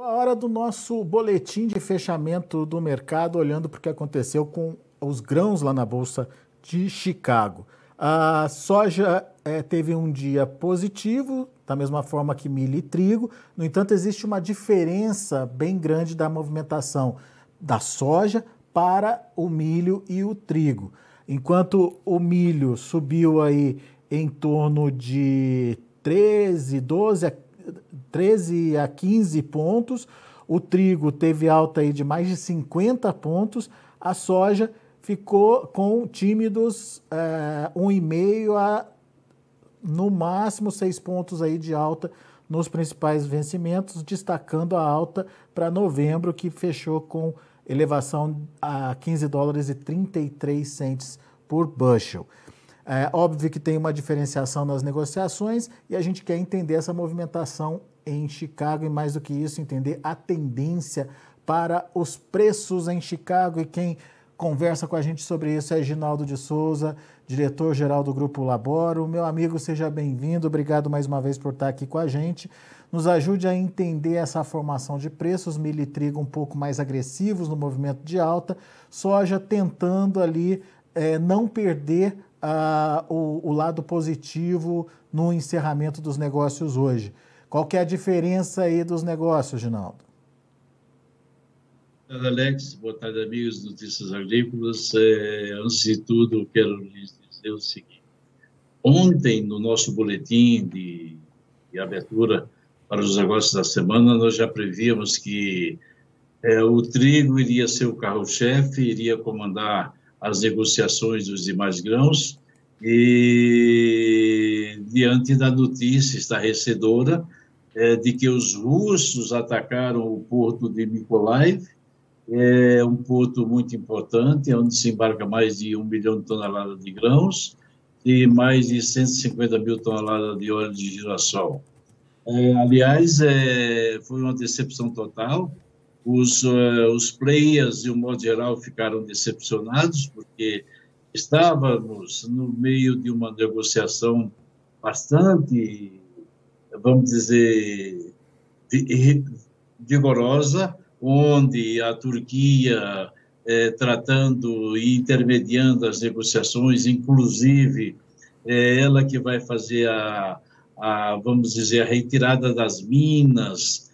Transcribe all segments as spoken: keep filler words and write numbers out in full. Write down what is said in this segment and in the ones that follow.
A hora do nosso boletim de fechamento do mercado, olhando para o que aconteceu com os grãos lá na Bolsa de Chicago. A soja é, teve um dia positivo, da mesma forma que milho e trigo. No entanto, existe uma diferença bem grande da movimentação da soja para o milho e o trigo. Enquanto o milho subiu aí em torno de treze, doze, treze a quinze pontos, o trigo teve alta aí de mais de cinquenta pontos, a soja ficou com tímidos é, um vírgula cinco a no máximo seis pontos aí de alta nos principais vencimentos, destacando a alta para novembro, que fechou com elevação a quinze dólares e trinta e três centes por bushel. É óbvio que tem uma diferenciação nas negociações e a gente quer entender essa movimentação em Chicago e, mais do que isso, entender a tendência para os preços em Chicago. E quem conversa com a gente sobre isso é Ginaldo de Souza, diretor-geral do Grupo Laboro. Meu amigo, seja bem-vindo. Obrigado mais uma vez por estar aqui com a gente. Nos ajude a entender essa formação de preços, milho e trigo um pouco mais agressivos no movimento de alta, soja tentando ali é, não perder uh, o, o lado positivo no encerramento dos negócios hoje. Qual que é a diferença aí dos negócios, Ginaldo? Boa tarde, Alex. Boa tarde, amigos do Notícias Agrícolas. É, antes de tudo, quero lhes dizer o seguinte. Ontem, no nosso boletim de, de abertura para os negócios da semana, nós já prevíamos que é, o trigo iria ser o carro-chefe, iria comandar as negociações dos demais grãos e, diante da notícia estarrecedora é, de que os russos atacaram o porto de Mykolaiv, é um porto muito importante, onde se embarca mais de um milhão de toneladas de grãos e mais de cento e cinquenta mil toneladas de óleo de girassol. É, aliás, é, foi uma decepção total. Os, uh, os players, de um modo geral, ficaram decepcionados, porque estávamos no meio de uma negociação bastante, vamos dizer, vigorosa, onde a Turquia, eh, tratando e intermediando as negociações, inclusive é ela que vai fazer a, a, vamos dizer, a retirada das minas,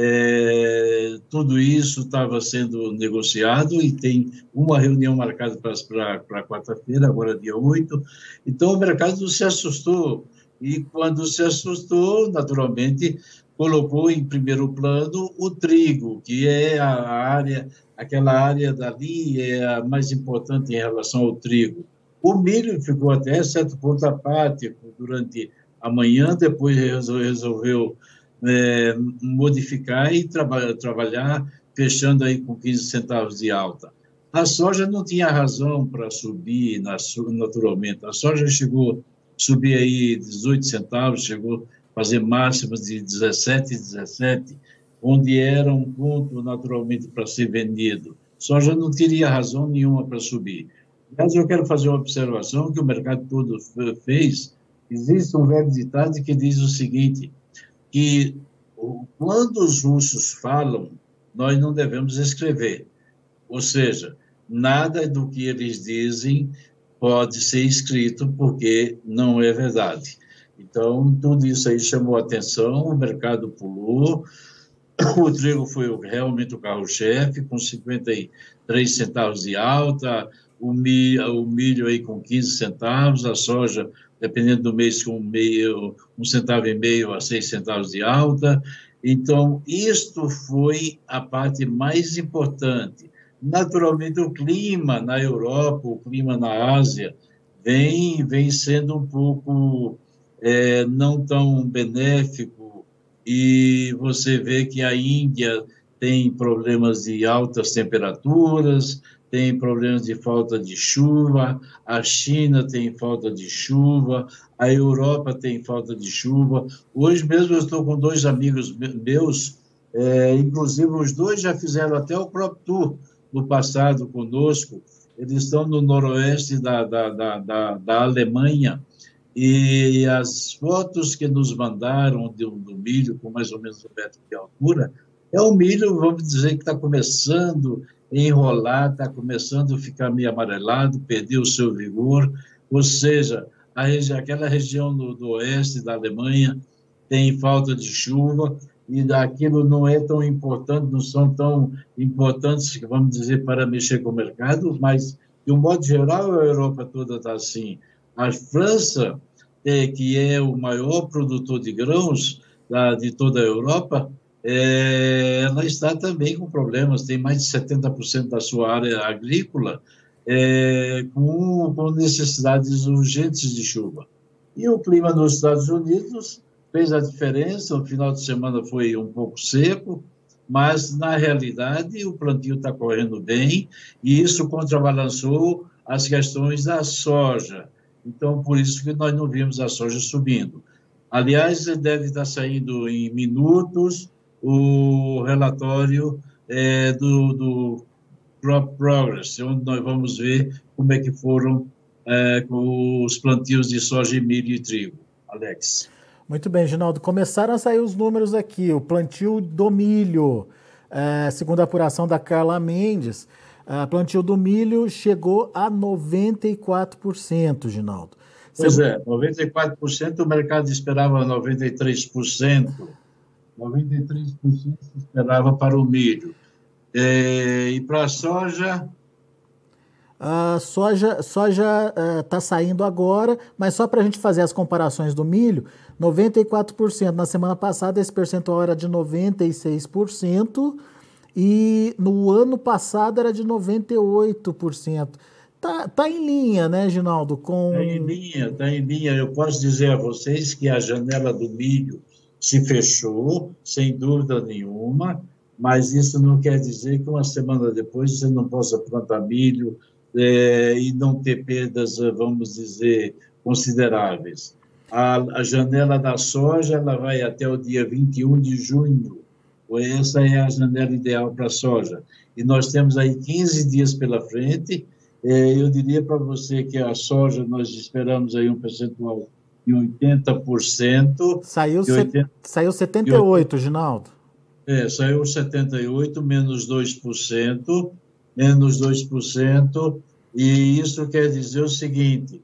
é, tudo isso estava sendo negociado e tem uma reunião marcada para quarta-feira, agora dia oito, então o mercado se assustou, e quando se assustou, naturalmente, colocou em primeiro plano o trigo, que é a área, aquela área dali é a mais importante em relação ao trigo. O milho ficou até certo ponto apático durante a manhã, depois resolveu é, modificar e traba trabalhar, fechando aí com quinze centavos de alta. A soja não tinha razão para subir naturalmente. A soja chegou a subir aí dezoito centavos, chegou fazer máximas de dezessete, dezessete, onde era um ponto naturalmente para ser vendido. Soja não teria razão nenhuma para subir. Mas eu quero fazer uma observação que o mercado todo fez. Existe um velho ditado que diz o seguinte, que quando os russos falam, nós não devemos escrever. Ou seja, nada do que eles dizem pode ser escrito porque não é verdade. Então, tudo isso aí chamou a atenção, o mercado pulou, o trigo foi realmente o carro-chefe, com cinquenta e três centavos de alta, o milho, o milho aí com quinze centavos, a soja, dependendo do mês, com meio, um centavo e meio a seis centavos de alta. Então, isto foi a parte mais importante. Naturalmente, o clima na Europa, o clima na Ásia, vem, vem sendo um pouco é, não tão benéfico, e você vê que a Índia tem problemas de altas temperaturas, tem problemas de falta de chuva, a China tem falta de chuva, a Europa tem falta de chuva. Hoje mesmo eu estou com dois amigos meus, é, inclusive os dois já fizeram até o próprio tour no passado conosco, eles estão no noroeste da, da, da, da, da Alemanha, e as fotos que nos mandaram do, do milho com mais ou menos um metro de altura É o milho, vamos dizer, que está começando a enrolar, está começando a ficar meio amarelado, perder o seu vigor, ou seja, a regi aquela região do, do oeste da Alemanha tem falta de chuva, e aquilo não é tão importante, não são tão importantes, vamos dizer, para mexer com o mercado, mas, de um modo geral, a Europa toda está assim. A França, é, que é o maior produtor de grãos da, de toda a Europa, é, ela está também com problemas, tem mais de setenta por cento da sua área agrícola é, com, com necessidades urgentes de chuva. E o clima nos Estados Unidos fez a diferença, o final de semana foi um pouco seco, mas, na realidade, o plantio está correndo bem, e isso contrabalançou as questões da soja. Então, por isso que nós não vimos a soja subindo. Aliás, deve estar saindo em minutos o relatório é, do, do Crop Progress, onde nós vamos ver como é que foram é, os plantios de soja, milho e trigo. Alex. Muito bem, Ginaldo. Começaram a sair os números aqui. O plantio do milho, é, segundo a apuração da Carla Mendes, o plantio do milho chegou a noventa e quatro por cento, Ginaldo. Pois é, noventa e quatro por cento, o mercado esperava noventa e três por cento. noventa e três por cento se esperava para o milho. É, e para a soja? A soja soja está uh, saindo agora, mas só para a gente fazer as comparações do milho, noventa e quatro por cento. Na semana passada, esse percentual era de noventa e seis por cento e no ano passado era de noventa e oito por cento. Tá, tá em linha, né, Ginaldo? Com... Está em linha, está em linha. Eu posso dizer a vocês que a janela do milho se fechou, sem dúvida nenhuma, mas isso não quer dizer que uma semana depois você não possa plantar milho é, e não ter perdas, vamos dizer, consideráveis. A, a janela da soja ela vai até o dia vinte e um de junho. Essa é a janela ideal para a soja. E nós temos aí quinze dias pela frente. É, eu diria para você que a soja nós esperamos aí um percentual de oitenta por cento. Saiu, oitenta, saiu setenta e oito, Ginaldo. É, saiu setenta e oito, menos dois por cento, menos dois por cento, e isso quer dizer o seguinte,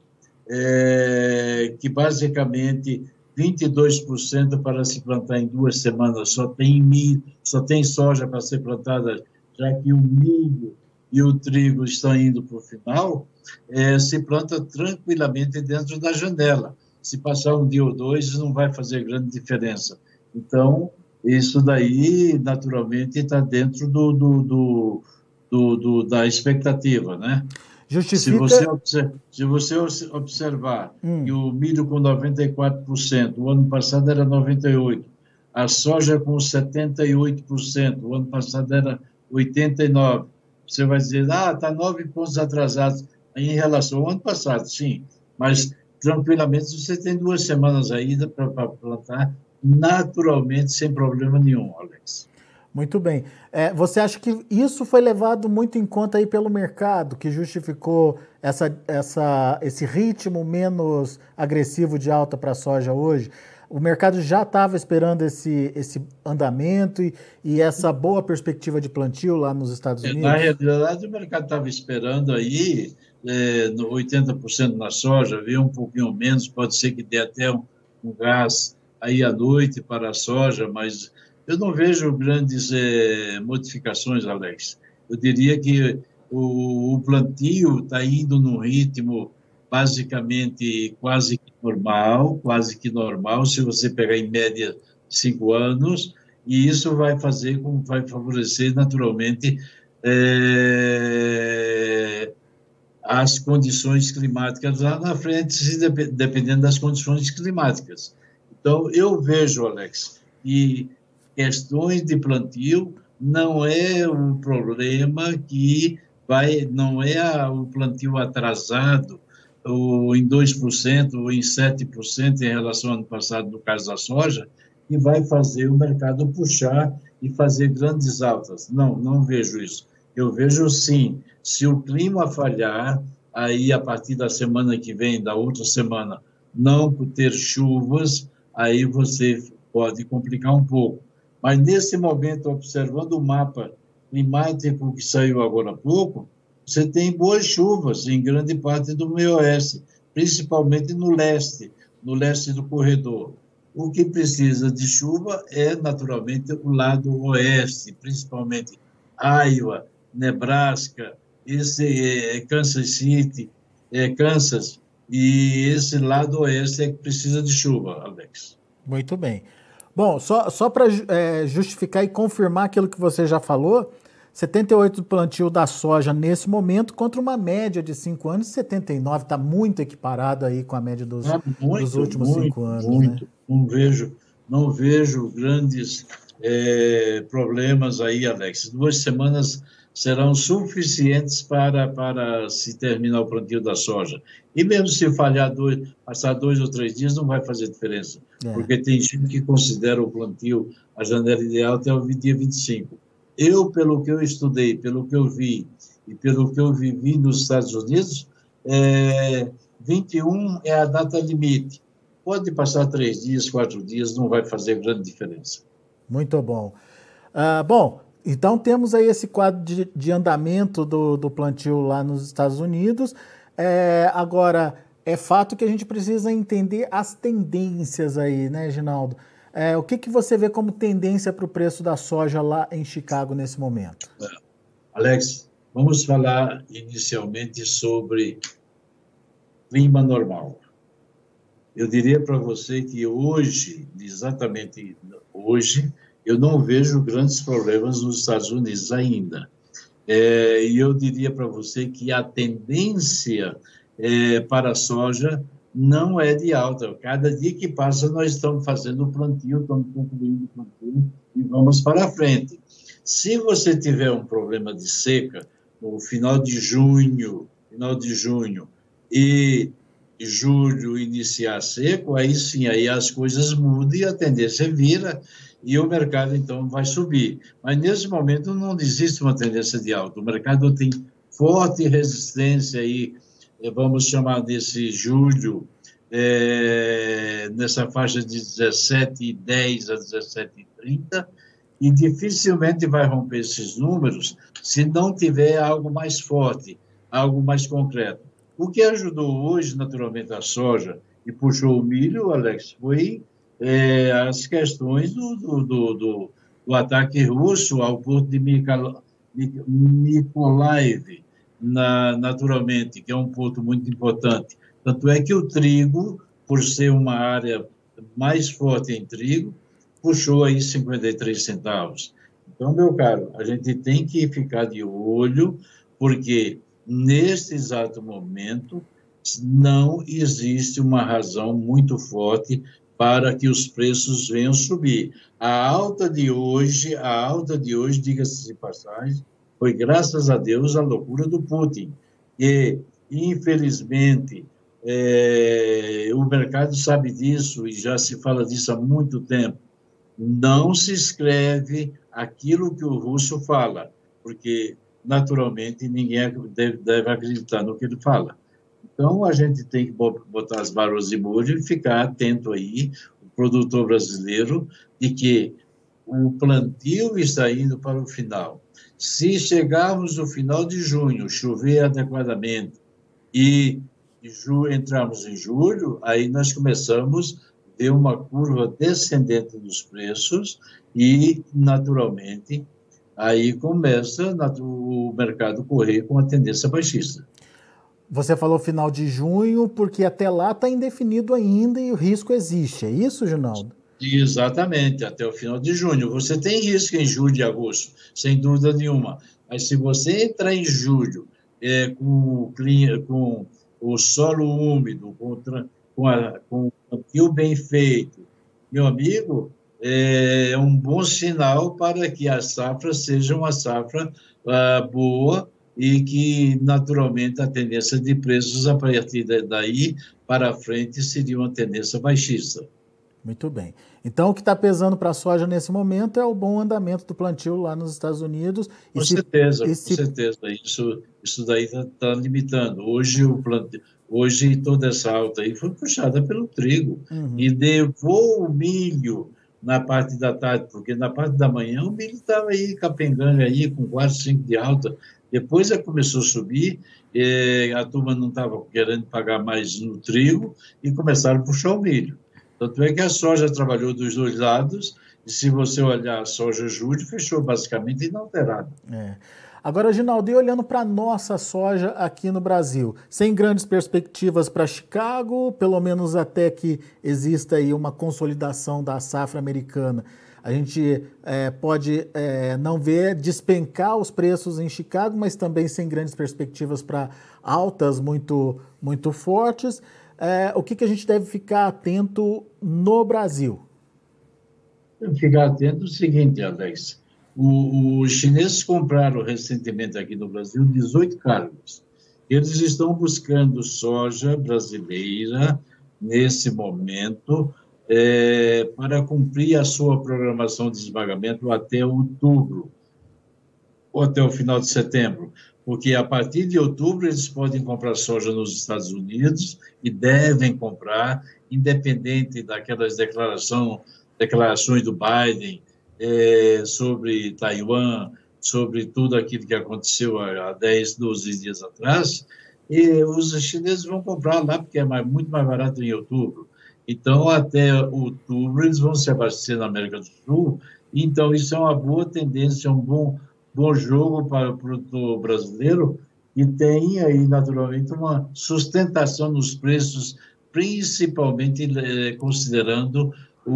é, que basicamente vinte e dois por cento para se plantar em duas semanas, só tem milho, só tem soja para ser plantada, já que o milho e o trigo estão indo para o final, é, se planta tranquilamente dentro da janela. Se passar um dia ou dois, não vai fazer grande diferença. Então, isso daí, naturalmente, está dentro do, do, do, do, do, da expectativa, né? Justifica... Se você, observar, se você observar hum. que o milho com noventa e quatro por cento, o ano passado era noventa e oito por cento, a soja com setenta e oito por cento, o ano passado era oitenta e nove por cento, você vai dizer, ah, está nove pontos atrasados em relação ao ano passado, sim, mas tranquilamente você tem duas semanas ainda para plantar naturalmente, sem problema nenhum, Alex. Muito bem. É, você acha que isso foi levado muito em conta aí pelo mercado, que justificou essa, essa, esse ritmo menos agressivo de alta para a soja hoje? O mercado já estava esperando esse, esse andamento e, e essa boa perspectiva de plantio lá nos Estados Unidos? Na realidade, o mercado estava esperando aí é, no oitenta por cento na soja, veio um pouquinho menos, pode ser que dê até um, um gás aí à noite para a soja, mas eu não vejo grandes é, modificações, Alex. Eu diria que o, o plantio está indo num ritmo basicamente quase que normal, quase que normal, se você pegar em média cinco anos, e isso vai fazer, vai favorecer naturalmente é, as condições climáticas lá na frente, dependendo das condições climáticas. Então, eu vejo, Alex, que questões de plantio não é um problema que vai, não é o plantio atrasado, ou em dois por cento, ou em sete por cento em relação ao ano passado, no caso da soja, que vai fazer o mercado puxar e fazer grandes altas. Não, não vejo isso. Eu vejo, sim, se o clima falhar, aí a partir da semana que vem, da outra semana, não ter chuvas, aí você pode complicar um pouco. Mas, nesse momento, observando o mapa climático que saiu agora há pouco, você tem boas chuvas em grande parte do meio oeste, principalmente no leste, no leste do corredor. O que precisa de chuva é, naturalmente, o lado oeste, principalmente Iowa, Nebraska, esse é, Kansas City, é, Kansas, e esse lado oeste é que precisa de chuva, Alex. Muito bem. Bom, só, só para é, justificar e confirmar aquilo que você já falou, setenta e oito do plantio da soja nesse momento contra uma média de cinco anos, setenta e nove está muito equiparado aí com a média dos, ah, muito, dos últimos muito, cinco anos. Muito, né? não vejo, não vejo grandes é, problemas aí, Alex. Duas semanas serão suficientes para, para se terminar o plantio da soja. E mesmo se falhar, dois, passar dois ou três dias, não vai fazer diferença. É. Porque tem gente que considera o plantio, a janela ideal, até o dia vinte e cinco. Eu, pelo que eu estudei, pelo que eu vi e pelo que eu vivi nos Estados Unidos, é, vinte e um é a data limite. Pode passar três dias, quatro dias, não vai fazer grande diferença. Muito bom. Uh, bom, então temos aí esse quadro de, de andamento do, do plantio lá nos Estados Unidos. É, agora, é fato que a gente precisa entender as tendências aí, né, Ginaldo? É, o que, que você vê como tendência para o preço da soja lá em Chicago nesse momento? É. Alex, vamos falar inicialmente sobre clima normal. Eu diria para você que hoje, exatamente hoje, eu não vejo grandes problemas nos Estados Unidos ainda. É, e eu diria para você que a tendência é, para a soja não é de alta. Cada dia que passa, nós estamos fazendo o plantio, estamos concluindo o plantio e vamos para frente. Se você tiver um problema de seca, no final de junho, final de junho e julho iniciar seco, aí sim, aí as coisas mudam e a tendência vira e o mercado, então, vai subir. Mas, nesse momento, não existe uma tendência de alta. O mercado tem forte resistência aí, vamos chamar desse julho, é, nessa faixa de dezessete e dez a dezessete e trinta, e dificilmente vai romper esses números se não tiver algo mais forte, algo mais concreto. O que ajudou hoje, naturalmente, a soja e puxou o milho, Alex, foi é, as questões do, do, do, do, do ataque russo ao porto de Mykolaiv, na, naturalmente, que é um ponto muito importante. Tanto é que o trigo, por ser uma área mais forte em trigo, puxou aí cinquenta e três centavos. Então, meu caro, a gente tem que ficar de olho, porque neste exato momento não existe uma razão muito forte para que os preços venham subir. A alta de hoje, a alta de hoje, diga-se de passagem, foi graças a Deus a loucura do Putin, e infelizmente é, o mercado sabe disso e já se fala disso há muito tempo. Não se escreve aquilo que o russo fala, porque naturalmente ninguém deve, deve acreditar no que ele fala. Então a gente tem que botar as barbas de molho e ficar atento aí, o produtor brasileiro, de que o plantio está indo para o final. Se chegarmos no final de junho, chover adequadamente e entrarmos em julho, aí nós começamos a ver uma curva descendente dos preços e, naturalmente, aí começa o mercado correr com a tendência baixista. Você falou final de junho, porque até lá está indefinido ainda e o risco existe, é isso, Ginaldo? Exatamente, até o final de junho. Você tem risco em julho e agosto, sem dúvida nenhuma. Mas se você entrar em julho é, com, com o solo úmido, com, com, a, com o plantio bem feito, meu amigo, é um bom sinal para que a safra seja uma safra ah, boa e que, naturalmente, a tendência de preços a partir daí para frente seria uma tendência baixista. Muito bem. Então, o que está pesando para a soja nesse momento é o bom andamento do plantio lá nos Estados Unidos. E com se, certeza, com se... certeza. Isso, isso daí está tá limitando. Hoje, o plantio, hoje, toda essa alta aí foi puxada pelo trigo. Uhum. E levou o milho na parte da tarde, porque na parte da manhã o milho estava aí capengando aí com quase cinco de alta. Depois já começou a subir, eh, a turma não estava querendo pagar mais no trigo e começaram a puxar o milho. Tanto é que a soja trabalhou dos dois lados, e se você olhar a soja julho, fechou basicamente inalterada. É. Agora, Ginaldo, e olhando para a nossa soja aqui no Brasil, sem grandes perspectivas para Chicago, pelo menos até que exista aí uma consolidação da safra americana, a gente é, pode é, não ver despencar os preços em Chicago, mas também sem grandes perspectivas para altas muito, muito fortes. É, o que, que a gente deve ficar atento no Brasil? Ficar atento é o seguinte, Alex. O, os chineses compraram recentemente aqui no Brasil dezoito cargos. Eles estão buscando soja brasileira nesse momento é, para cumprir a sua programação de esmagamento até outubro, ou até o final de setembro, porque a partir de outubro eles podem comprar soja nos Estados Unidos e devem comprar, independente daquelas declaração, declarações do Biden, É, sobre Taiwan, sobre tudo aquilo que aconteceu há dez, doze dias atrás, e os chineses vão comprar lá, porque é mais, muito mais barato em outubro. Então, até outubro, eles vão se abastecer na América do Sul, então isso é uma boa tendência, é um bom, bom jogo para o produtor brasileiro, e tem aí, naturalmente, uma sustentação nos preços, principalmente eh, considerando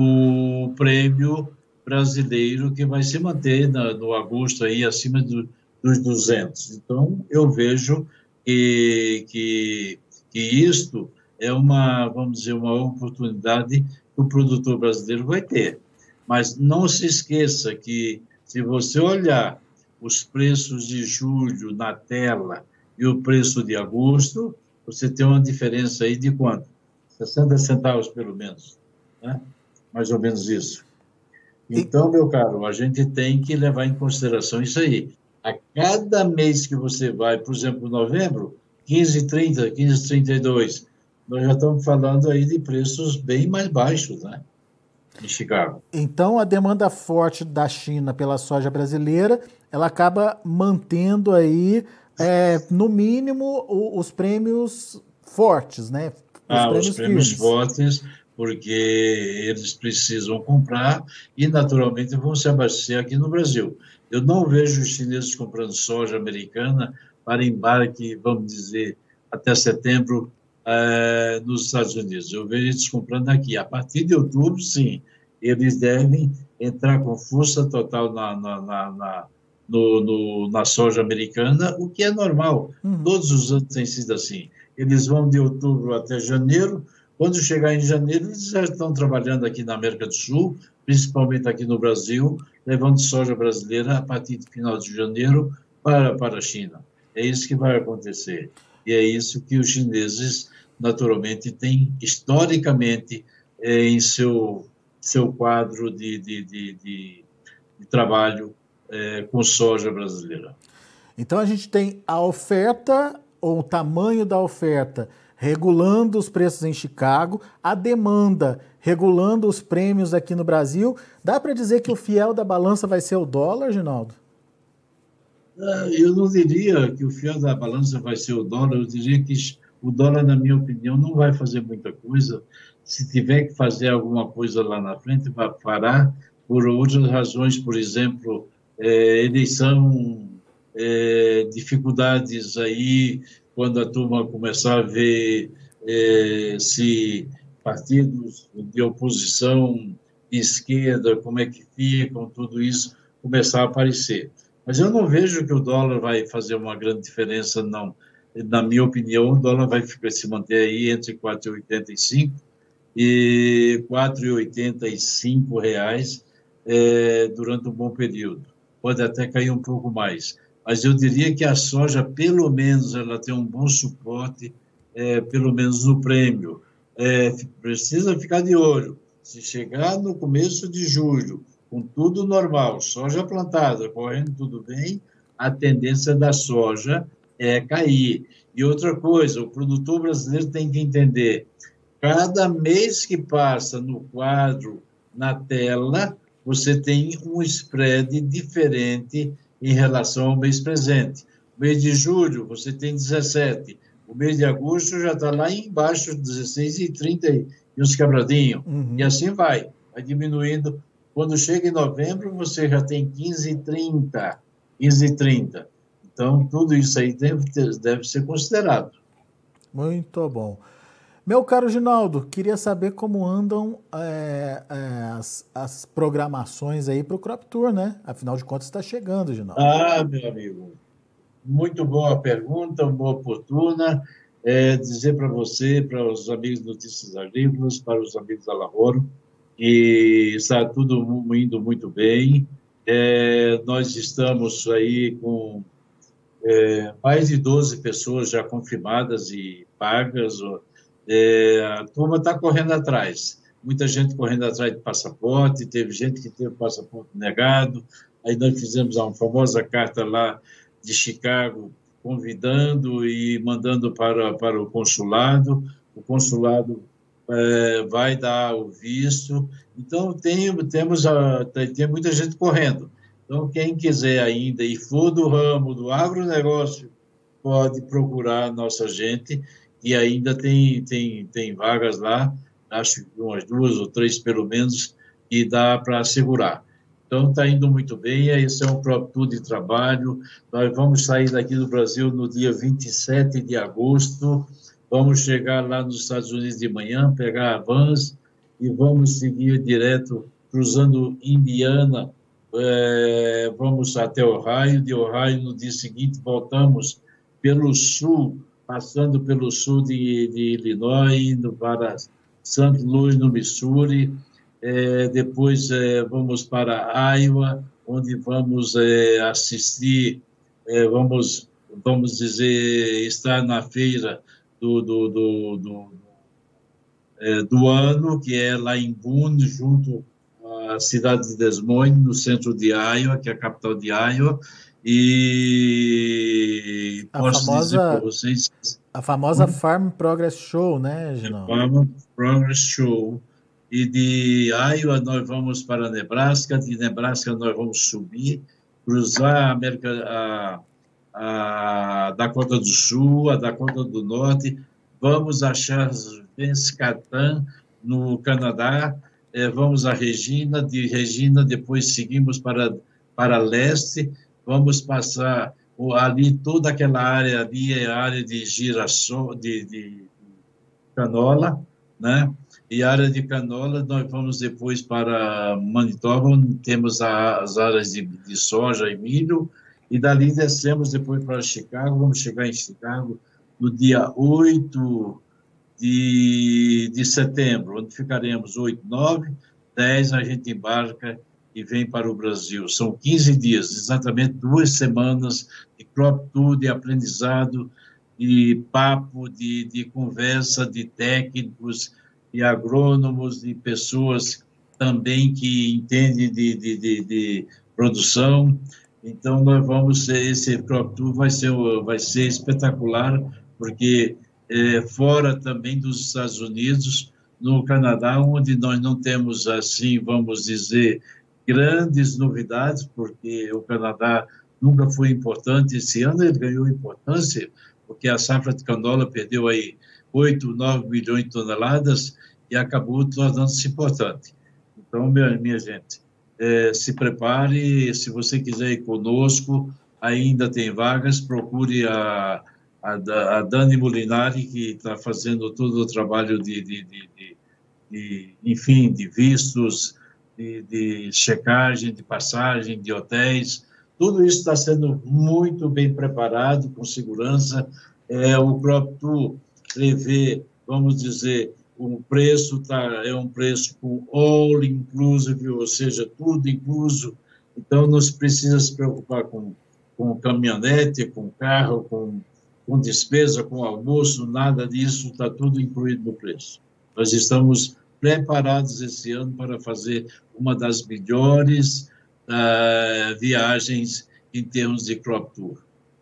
o prêmio brasileiro que vai se manter na, no agosto aí acima do, dos duzentos. Então, eu vejo que, que, que isto é uma, vamos dizer, uma oportunidade que o produtor brasileiro vai ter. Mas não se esqueça que, se você olhar os preços de julho na tela e o preço de agosto, você tem uma diferença aí de quanto? sessenta centavos, pelo menos, né? Mais ou menos isso. Então, meu caro, a gente tem que levar em consideração isso aí. A cada mês que você vai, por exemplo, novembro, quinze e trinta, quinze e trinta e dois, nós já estamos falando aí de preços bem mais baixos, né, em Chicago. Então, a demanda forte da China pela soja brasileira, ela acaba mantendo aí, é, no mínimo, o, os prêmios fortes, né? Os ah, prêmios os prêmios firmes. fortes, porque eles precisam comprar e, naturalmente, vão se abastecer aqui no Brasil. Eu não vejo os chineses comprando soja americana para embarque, vamos dizer, até setembro eh, nos Estados Unidos. Eu vejo eles comprando aqui. A partir de outubro, sim, eles devem entrar com força total na, na, na, na, no, no, na soja americana, o que é normal. Uhum. Todos os anos tem sido assim. Eles vão de outubro até janeiro. Quando chegar em janeiro, eles já estão trabalhando aqui na América do Sul, principalmente aqui no Brasil, levando soja brasileira a partir do final de janeiro para, para a China. É isso que vai acontecer. E é isso que os chineses, naturalmente, têm, historicamente, é, em seu, seu quadro de, de, de, de, de trabalho é, com soja brasileira. Então, a gente tem a oferta, ou o tamanho da oferta, regulando os preços em Chicago, a demanda regulando os prêmios aqui no Brasil. Dá para dizer que o fiel da balança vai ser o dólar, Ginaldo? Eu não diria que o fiel da balança vai ser o dólar, eu diria que o dólar, na minha opinião, não vai fazer muita coisa. Se tiver que fazer alguma coisa lá na frente, vai parar por outras razões, por exemplo, é, eleição, é, dificuldades aí, quando a turma começar a ver eh, se partidos de oposição de esquerda, como é que ficam, tudo isso começar a aparecer. Mas eu não vejo que o dólar vai fazer uma grande diferença, não. Na minha opinião, o dólar vai ficar, se manter aí entre quatro e oitenta e cinco e quatro e oitenta e cinco reais eh, durante um bom período. Pode até cair um pouco mais. Mas eu diria que a soja, pelo menos, ela tem um bom suporte, é, pelo menos no prêmio. É, precisa ficar de olho. Se chegar no começo de julho, com tudo normal, soja plantada, correndo tudo bem, a tendência da soja é cair. E outra coisa, o produtor brasileiro tem que entender, cada mês que passa no quadro na tela, você tem um spread diferente em relação ao mês presente. O mês de julho, você tem dezessete. O mês de agosto já está lá embaixo, dezesseis e trinta e uns quebradinhos. Uhum. E assim vai, vai diminuindo. Quando chega em novembro, você já tem quinze e trinta. quinze e trinta. Então, tudo isso aí deve, ter, deve ser considerado. Muito bom. Meu caro Ginaldo, queria saber como andam é, é, as, as programações aí para o Crop Tour, né? Afinal de contas, está chegando, Ginaldo. Ah, meu amigo, muito boa pergunta, boa oportuna. É, dizer para você, para os amigos de Notícias Agrícolas, para os amigos da Lavoura, que está tudo indo muito bem. É, nós estamos aí com é, mais de doze pessoas já confirmadas e pagas. É, a turma está correndo atrás. Muita gente correndo atrás de passaporte, teve gente que teve passaporte negado. Aí nós fizemos uma famosa carta lá de Chicago, convidando e mandando para, para o consulado. O consulado é, vai dar o visto. Então, tem, temos a, tem, tem muita gente correndo. Então, quem quiser ainda e for do ramo do agronegócio, pode procurar a nossa gente, e ainda tem, tem, tem vagas lá, acho que umas duas ou três, pelo menos, e dá para assegurar. Então, está indo muito bem, esse é um Crop Tour de trabalho. Nós vamos sair daqui do Brasil no dia vinte e sete de agosto, vamos chegar lá nos Estados Unidos de manhã, pegar a Vans, e vamos seguir direto, cruzando Indiana, é, vamos até Ohio, de Ohio, no dia seguinte, voltamos pelo sul, passando pelo sul de, de Illinois, indo para Saint Louis, no Missouri. É, depois é, vamos para Iowa, onde vamos é, assistir, é, vamos, vamos dizer, estar na feira do, do, do, do, é, do ano, que é lá em Boone, junto à cidade de Des Moines, no centro de Iowa, que é a capital de Iowa. E a posso famosa, dizer para vocês... A famosa Farm Progress Show, né, Ginaldo? Farm Progress Show. E de Iowa nós vamos para Nebraska, de Nebraska nós vamos subir, cruzar a, América, a, a Dakota do Sul, a Dakota do Norte, vamos a Charles-Catan, no Canadá, eh, vamos a Regina, de Regina depois seguimos para, para leste, vamos passar ali toda aquela área ali é a área de girassol, de, de canola, né? E a área de canola nós vamos depois para Manitoba, onde temos a, as áreas de, de soja e milho, e dali descemos depois para Chicago, vamos chegar em Chicago no dia oito de, de setembro, onde ficaremos oito, nove, dez, a gente embarca e vem para o Brasil. São quinze dias, exatamente duas semanas de Crop Tour, de aprendizado, de papo, de, de conversa, de técnicos, de agrônomos, de pessoas também que entendem de, de, de, de produção. Então, nós vamos, esse Crop Tour vai ser, vai ser espetacular, porque é, fora também dos Estados Unidos, no Canadá, onde nós não temos, assim, vamos dizer, grandes novidades, porque o Canadá nunca foi importante. Esse ano ele ganhou importância, porque a safra de canola perdeu aí oito, nove milhões de toneladas e acabou tornando-se importante. Então, minha, minha gente, é, se prepare, se você quiser ir conosco, ainda tem vagas, procure a, a, a Dani Molinari, que está fazendo todo o trabalho de, de, de, de, de enfim, de vistos, de, de checagem, de passagem, de hotéis. Tudo isso está sendo muito bem preparado, com segurança. É, o Crop Tour prevê, vamos dizer, o preço tá, é um preço com all inclusive, ou seja, tudo incluso. Então, não se precisa se preocupar com, com caminhonete, com carro, com, com despesa, com almoço, nada disso, está tudo incluído no preço. Nós estamos preparados esse ano para fazer uma das melhores Uh, viagens em termos de Crop Tour.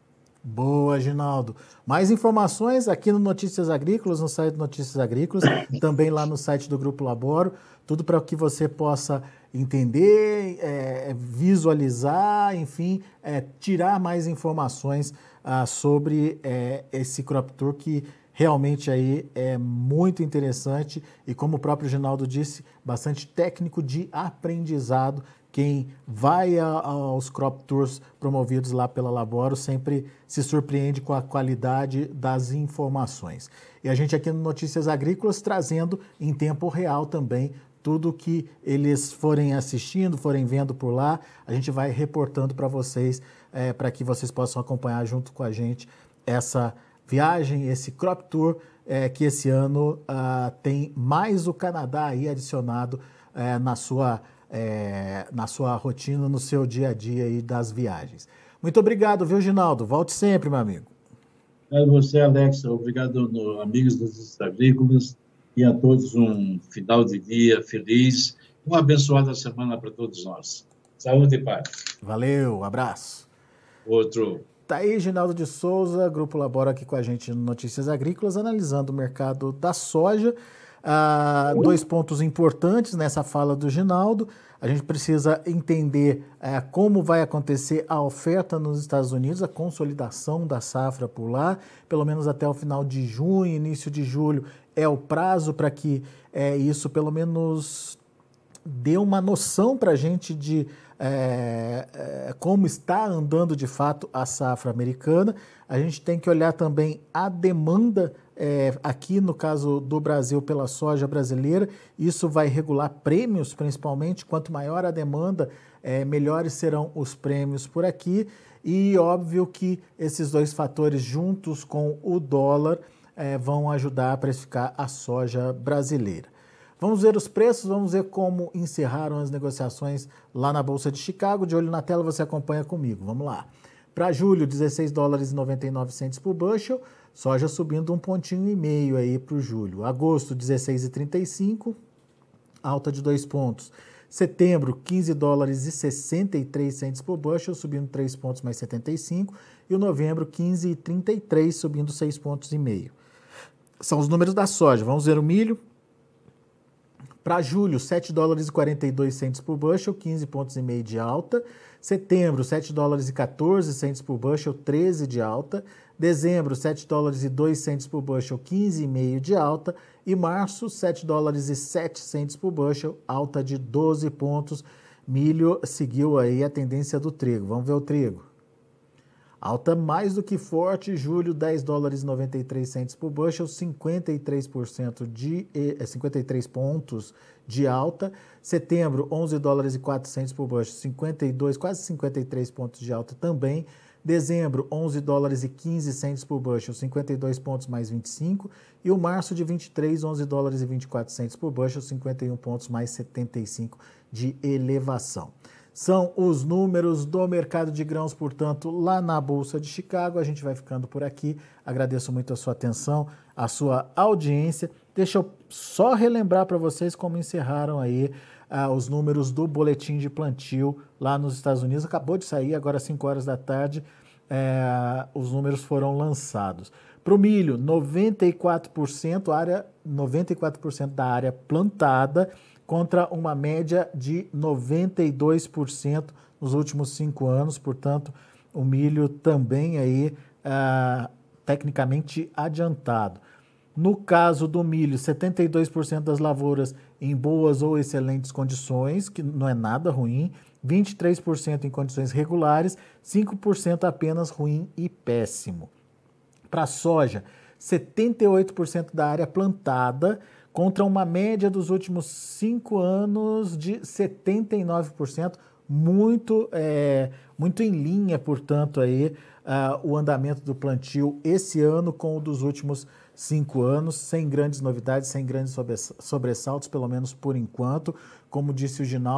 Boa, Ginaldo. Mais informações aqui no Notícias Agrícolas, no site Notícias Agrícolas, também lá no site do Grupo Laboro, tudo para que você possa entender, é, visualizar, enfim, é, tirar mais informações ah, sobre é, esse Crop Tour que realmente aí é muito interessante e, como o próprio Ginaldo disse, bastante técnico de aprendizado. Quem vai a, aos Crop Tours promovidos lá pela Laboro sempre se surpreende com a qualidade das informações. E a gente aqui no Notícias Agrícolas trazendo em tempo real também tudo que eles forem assistindo, forem vendo por lá, a gente vai reportando para vocês, é, para que vocês possam acompanhar junto com a gente essa viagem, esse Crop Tour, é, que esse ano uh, tem mais o Canadá aí adicionado é, na sua É, na sua rotina, no seu dia a dia aí das viagens. Muito obrigado, viu, Ginaldo? Volte sempre, meu amigo. É você, Alex. Obrigado, no, amigos dos Agrícolas, e a todos um final de dia feliz, uma abençoada semana para todos nós. Saúde e paz. Valeu, abraço. Outro. Tá aí, Ginaldo de Souza, Grupo Laboro aqui com a gente no Notícias Agrícolas, analisando o mercado da soja. Ah, dois pontos importantes nessa fala do Ginaldo. A gente precisa entender é, como vai acontecer a oferta nos Estados Unidos, a consolidação da safra por lá, pelo menos até o final de junho, início de julho é o prazo para que é, isso pelo menos dê uma noção para a gente de é, é, como está andando de fato a safra americana. A gente tem que olhar também a demanda É, aqui no caso do Brasil pela soja brasileira, isso vai regular prêmios principalmente, quanto maior a demanda, é, melhores serão os prêmios por aqui e óbvio que esses dois fatores juntos com o dólar é, vão ajudar a precificar a soja brasileira. Vamos ver os preços, vamos ver como encerraram as negociações lá na Bolsa de Chicago. De olho na tela você acompanha comigo, vamos lá. Para julho, dezesseis dólares e noventa e nove centavos por bushel, soja subindo um pontinho e meio aí para o julho. Agosto, dezesseis reais e trinta e cinco, alta de dois pontos. Setembro, quinze dólares e sessenta e três centavos por bushel, subindo três pontos mais setenta e cinco. E o novembro, quinze reais e trinta e três, subindo seis pontos e meio. São os números da soja. Vamos ver o milho. Para julho, sete dólares e quarenta e dois centavos por bushel, quinze pontos e meio de alta. Setembro, sete dólares e quatorze centavos por bushel, treze de alta. Dezembro, sete dólares e dois centavos por bushel, quinze vírgula cinco de alta. E março, sete dólares e sete centavos por bushel, alta de doze pontos. Milho seguiu aí a tendência do trigo. Vamos ver o trigo. Alta mais do que forte, julho, dez dólares e noventa e três centavos por bushel, cinquenta e três por cento de, cinquenta e três pontos de alta. Setembro, onze dólares e quatro centavos por bushel, cinquenta e dois, quase cinquenta e três pontos de alta também. Dezembro, onze dólares e quinze centavos por bushel, cinquenta e dois pontos mais vinte e cinco. E o março de vinte e três, onze dólares e vinte e quatro centavos por bushel, cinquenta e um pontos mais setenta e cinco de elevação. São os números do mercado de grãos, portanto, lá na Bolsa de Chicago. A gente vai ficando por aqui. Agradeço muito a sua atenção, a sua audiência. Deixa eu só relembrar para vocês como encerraram aí ah, os números do boletim de plantio lá nos Estados Unidos. Acabou de sair, agora às cinco horas da tarde, eh, os números foram lançados. Para o milho, noventa e quatro por cento, área, noventa e quatro por cento da área plantada, contra uma média de noventa e dois por cento nos últimos cinco anos. Portanto, o milho também aí ah, tecnicamente adiantado. No caso do milho, setenta e dois por cento das lavouras em boas ou excelentes condições, que não é nada ruim, vinte e três por cento em condições regulares, cinco por cento apenas ruim e péssimo. Para a soja, setenta e oito por cento da área plantada, contra uma média dos últimos cinco anos de setenta e nove por cento, muito, é, muito em linha, portanto, aí, uh, o andamento do plantio esse ano com o dos últimos cinco anos, sem grandes novidades, sem grandes sobressaltos, pelo menos por enquanto. Como disse o Ginaldo,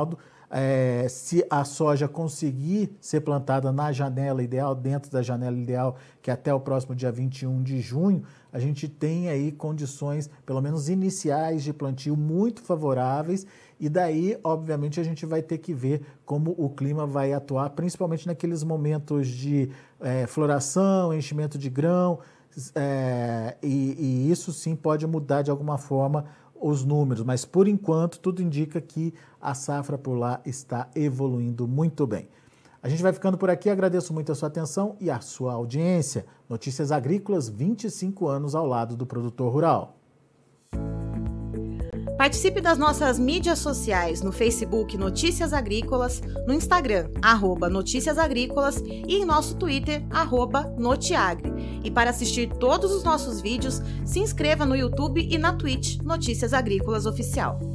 é, se a soja conseguir ser plantada na janela ideal, dentro da janela ideal, que é até o próximo dia vinte e um de junho, a gente tem aí condições, pelo menos iniciais, de plantio muito favoráveis, e daí, obviamente, a gente vai ter que ver como o clima vai atuar, principalmente naqueles momentos de é, floração, enchimento de grão, é, e, e isso sim pode mudar de alguma forma os números, mas por enquanto tudo indica que a safra por lá está evoluindo muito bem. A gente vai ficando por aqui, agradeço muito a sua atenção e a sua audiência. Notícias Agrícolas, vinte e cinco anos ao lado do produtor rural. Participe das nossas mídias sociais no Facebook Notícias Agrícolas, no Instagram, arroba Notícias Agrícolas e em nosso Twitter, arroba Notiagre. E para assistir todos os nossos vídeos, se inscreva no YouTube e na Twitch Notícias Agrícolas Oficial.